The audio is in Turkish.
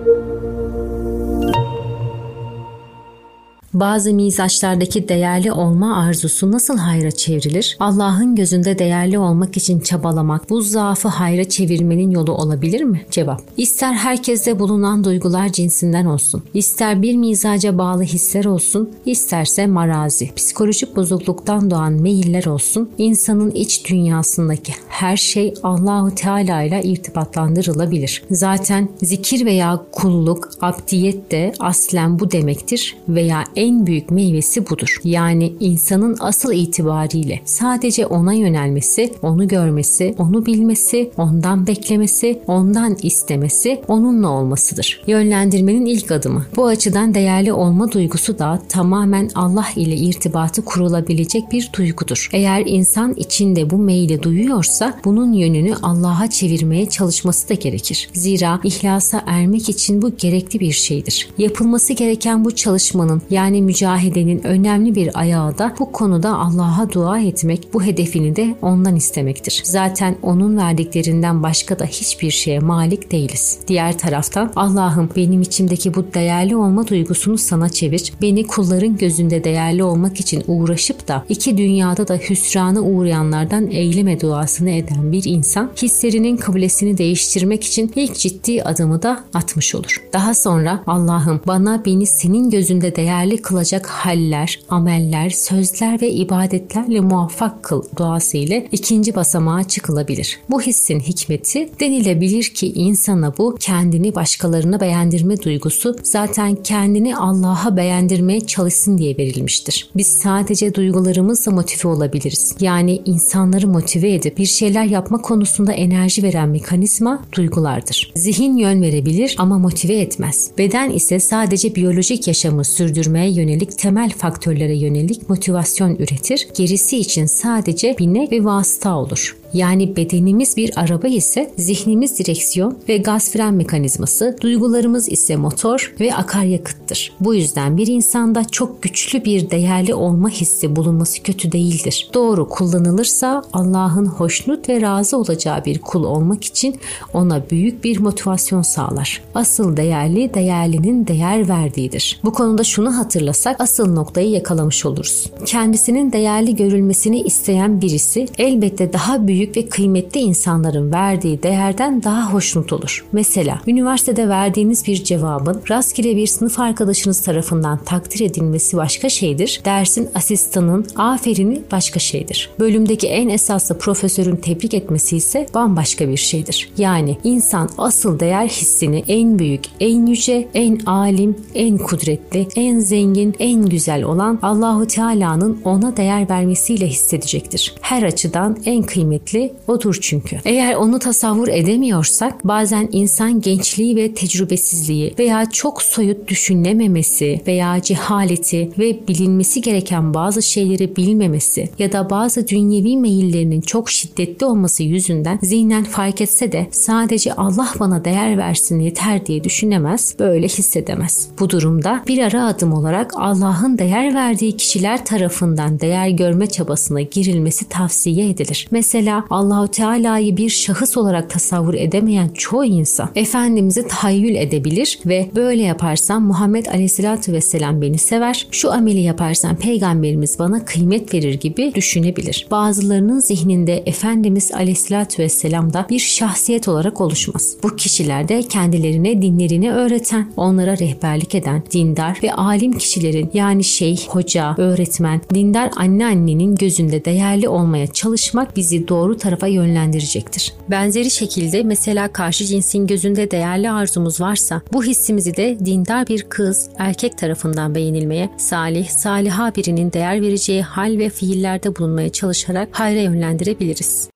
Bazı mizaçlardaki değerli olma arzusu nasıl hayra çevrilir? Allah'ın gözünde değerli olmak için çabalamak bu zaafı hayra çevirmenin yolu olabilir mi? Cevap: İster herkeste bulunan duygular cinsinden olsun, ister bir mizaca bağlı hisler olsun, isterse marazi, psikolojik bozukluktan doğan meyiller olsun, insanın iç dünyasındaki her şey Allahu Teala ile irtibatlandırılabilir. Zaten zikir veya kulluk, abdiyet de aslen bu demektir veya en büyük meyvesi budur. Yani insanın asıl itibariyle sadece ona yönelmesi, onu görmesi, onu bilmesi, ondan beklemesi, ondan istemesi, onunla olmasıdır. Yönlendirmenin ilk adımı. Bu açıdan değerli olma duygusu da tamamen Allah ile irtibatı kurulabilecek bir duygudur. Eğer insan içinde bu meyli duyuyorsa bunun yönünü Allah'a çevirmeye çalışması da gerekir. Zira ihlasa ermek için bu gerekli bir şeydir. Yapılması gereken bu çalışmanın yani mücahedenin önemli bir ayağı da bu konuda Allah'a dua etmek, bu hedefini de ondan istemektir. Zaten onun verdiklerinden başka da hiçbir şeye malik değiliz. Diğer taraftan Allah'ım benim içimdeki bu değerli olma duygusunu sana çevir, beni kulların gözünde değerli olmak için uğraşıp da iki dünyada da hüsrana uğrayanlardan eyleme duasını eden bir insan hislerinin kıblesini değiştirmek için ilk ciddi adımı da atmış olur. Daha sonra Allah'ım beni senin gözünde değerli kılacak haller, ameller, sözler ve ibadetlerle muvaffak kıl duası ile ikinci basamağa çıkılabilir. Bu hissin hikmeti denilebilir ki insana bu kendini başkalarına beğendirme duygusu zaten kendini Allah'a beğendirmeye çalışsın diye verilmiştir. Biz sadece duygularımızla motive olabiliriz. Yani insanları motive edip bir şeyler yapma konusunda enerji veren mekanizma duygulardır. Zihin yön verebilir ama motive etmez. Beden ise sadece biyolojik yaşamı sürdürmeye yönelik temel faktörlere yönelik motivasyon üretir. Gerisi için sadece binek ve vasıta olur. Yani bedenimiz bir araba ise zihnimiz direksiyon ve gaz fren mekanizması, duygularımız ise motor ve akaryakıttır. Bu yüzden bir insanda çok güçlü bir değerli olma hissi bulunması kötü değildir. Doğru kullanılırsa Allah'ın hoşnut ve razı olacağı bir kul olmak için ona büyük bir motivasyon sağlar. Asıl değerli, değerlinin değer verdiğidir. Bu konuda şunu hatırlasak asıl noktayı yakalamış oluruz. Kendisinin değerli görülmesini isteyen birisi elbette daha büyük ve kıymetli insanların verdiği değerden daha hoşnut olur. Mesela üniversitede verdiğiniz bir cevabın rastgele bir sınıf arkadaşınız tarafından takdir edilmesi başka şeydir. Dersin asistanın aferini başka şeydir. Bölümdeki en esaslı profesörün tebrik etmesi ise bambaşka bir şeydir. Yani insan asıl değer hissini en büyük, en yüce, en alim, en kudretli, en zengin, en güzel olan Allahu Teala'nın ona değer vermesiyle hissedecektir. Her açıdan en kıymetli odur çünkü. Eğer onu tasavvur edemiyorsak bazen insan gençliği ve tecrübesizliği veya çok soyut düşünememesi veya cehaleti ve bilinmesi gereken bazı şeyleri bilmemesi ya da bazı dünyevi meyillerinin çok şiddetli olması yüzünden zihnen fark etse de sadece Allah bana değer versin yeter diye düşünemez, böyle hissedemez. Bu durumda bir ara adım olarak Allah'ın değer verdiği kişiler tarafından değer görme çabasına girilmesi tavsiye edilir. Mesela Allahu Teala'yı bir şahıs olarak tasavvur edemeyen çoğu insan Efendimiz'i tahayyül edebilir ve böyle yaparsam Muhammed Aleyhisselatü Vesselam beni sever, şu ameli yaparsam Peygamberimiz bana kıymet verir gibi düşünebilir. Bazılarının zihninde Efendimiz Aleyhisselatü Vesselam da bir şahsiyet olarak oluşmaz. Bu kişiler de kendilerine dinlerini öğreten, onlara rehberlik eden dindar ve alim kişilerin yani şeyh, hoca, öğretmen, dindar anneannenin gözünde değerli olmaya çalışmak bizi doğru tarafa yönlendirecektir. Benzeri şekilde mesela karşı cinsin gözünde değerli arzumuz varsa bu hissimizi de dindar bir kız, erkek tarafından beğenilmeye, salih, saliha birinin değer vereceği hal ve fiillerde bulunmaya çalışarak hayra yönlendirebiliriz.